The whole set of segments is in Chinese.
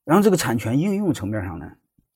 然后这个产权应用层面上呢，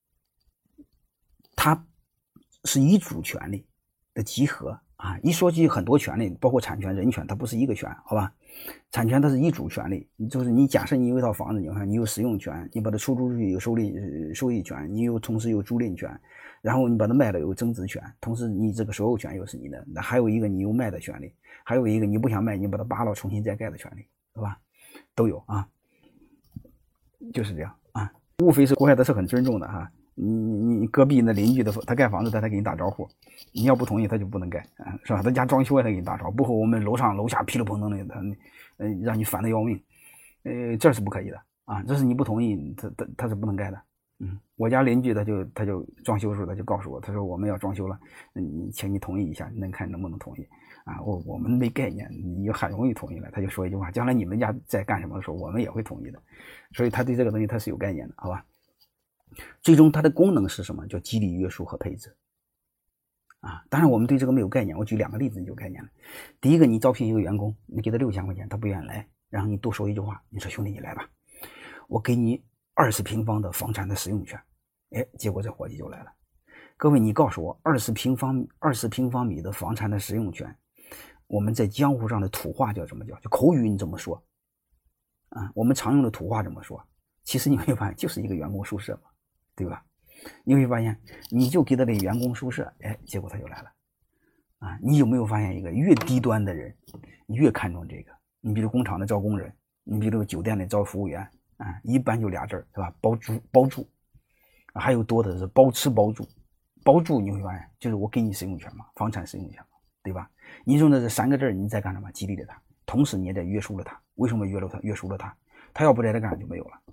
它是遗嘱权利的集合啊。一说起很多权利，包括产权、人权，它不是一个权，好吧？产权它是遗嘱权利，就是你假设你有一套房子，你看你有使用权，你把它出租出去有收益权，你同时有租赁权，然后你把它卖了有增值权，同时你这个所有权又是你的。那还有一个你有卖的权利，还有一个你不想卖，你把它扒了重新再盖的权利，对吧？都有啊，就是这样啊。无非是国外的是很尊重的哈。你隔壁那邻居的他盖房子，他给你打招呼，你要不同意他就不能盖啊，是吧？他家装修他给你打招呼，不和我们楼上楼下噼里啪啦的，他让你烦得要命，这是不可以的啊，这是你不同意，他是不能盖的。我家邻居他就装修的时候他就告诉我，他说我们要装修了，请你同意一下，你看能不能同意啊？我们没概念，你很容易同意了，他就说一句话，将来你们家在干什么的时候，我们也会同意的。所以他对这个东西他是有概念的，好吧？最终它的功能是什么？叫激励、约束和配置啊。当然我们对这个没有概念，我举2个例子你就有概念了。第一个，你招聘一个员工，你给他6000块钱，他不愿意来，然后你多说一句话，你说兄弟你来吧，我给你20平方的房产的使用权。结果这伙计就来了。各位，你告诉我20平方米的房产的使用权，我们在江湖上的土话叫什么？叫口语你怎么说啊？我们常用的土话怎么说？其实你会发现就是一个员工宿舍嘛，对吧？你会发现你就给他的员工宿舍，结果他就来了啊！你有没有发现一个越低端的人越看重这个？你比如工厂的招工人，你比如酒店的招服务员啊，一般就俩字儿，对吧？包住，还有多的是包吃包住。包住你会发现就是我给你使用权嘛，房产使用权嘛，对吧？你用的这3个字你在干什么？激励了他，同时你也在约束了他。为什么约束了他？他要不在这干就没有了，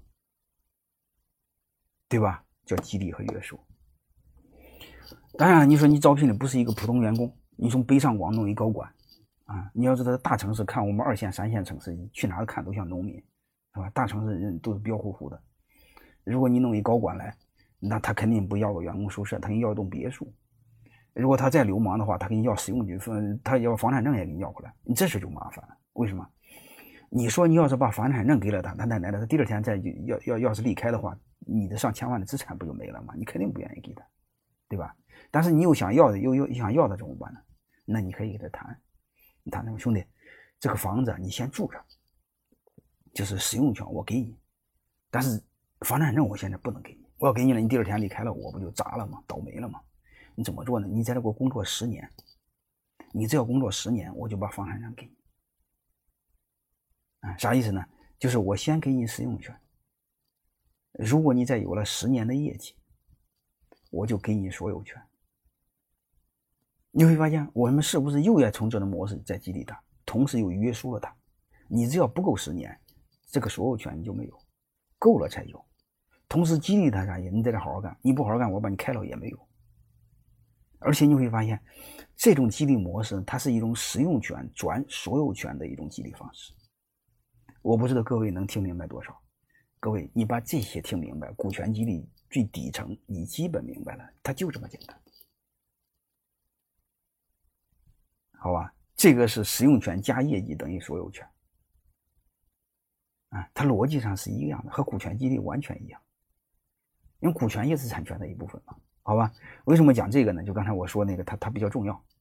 对吧？叫激励和约束。当然你说你招聘的不是一个普通员工，你从北上广弄一高管啊，你要知道大城市看我们2线3线城市，去哪儿看都像农民，是吧？大城市人都是彪呼呼的。如果你弄一高管来，那他肯定不要个员工宿舍，他给你要一栋别墅。如果他再流氓的话，他给你要使用权，他要房产证也给你要回来，你这事就麻烦了。为什么？你说你要是把房产证给了他，他奶奶的，他第2天再要是离开的话，你的上千万的资产不就没了吗？你肯定不愿意给他，对吧？但是你又想要的，又想要的怎么办呢？那你可以给他谈，你谈兄弟，这个房子你先住着，就是使用权我给你，但是房产证我现在不能给你，我要给你了，你第2天离开了，我不就砸了吗？倒霉了吗？你怎么做呢？你在这给我工作10年，你只要工作10年，我就把房产证给你。啥意思呢？就是我先给你使用权，如果你再有了10年的业绩，我就给你所有权。你会发现我们是不是又要从这种模式在激励他，同时又约束了他。你只要不够10年，这个所有权你就没有，够了才有。同时激励他啥意思？你在这好好干，你不好好干我把你开了也没有。而且你会发现这种激励模式它是一种使用权转所有权的一种激励方式。我不知道各位能听明白多少，各位你把这些听明白，股权激励最底层你基本明白了，它就这么简单，好吧？这个是使用权加业绩等于所有权啊，它逻辑上是一样的，和股权激励完全一样，因为股权也是产权的一部分嘛，好吧？为什么讲这个呢？就刚才我说那个它比较重要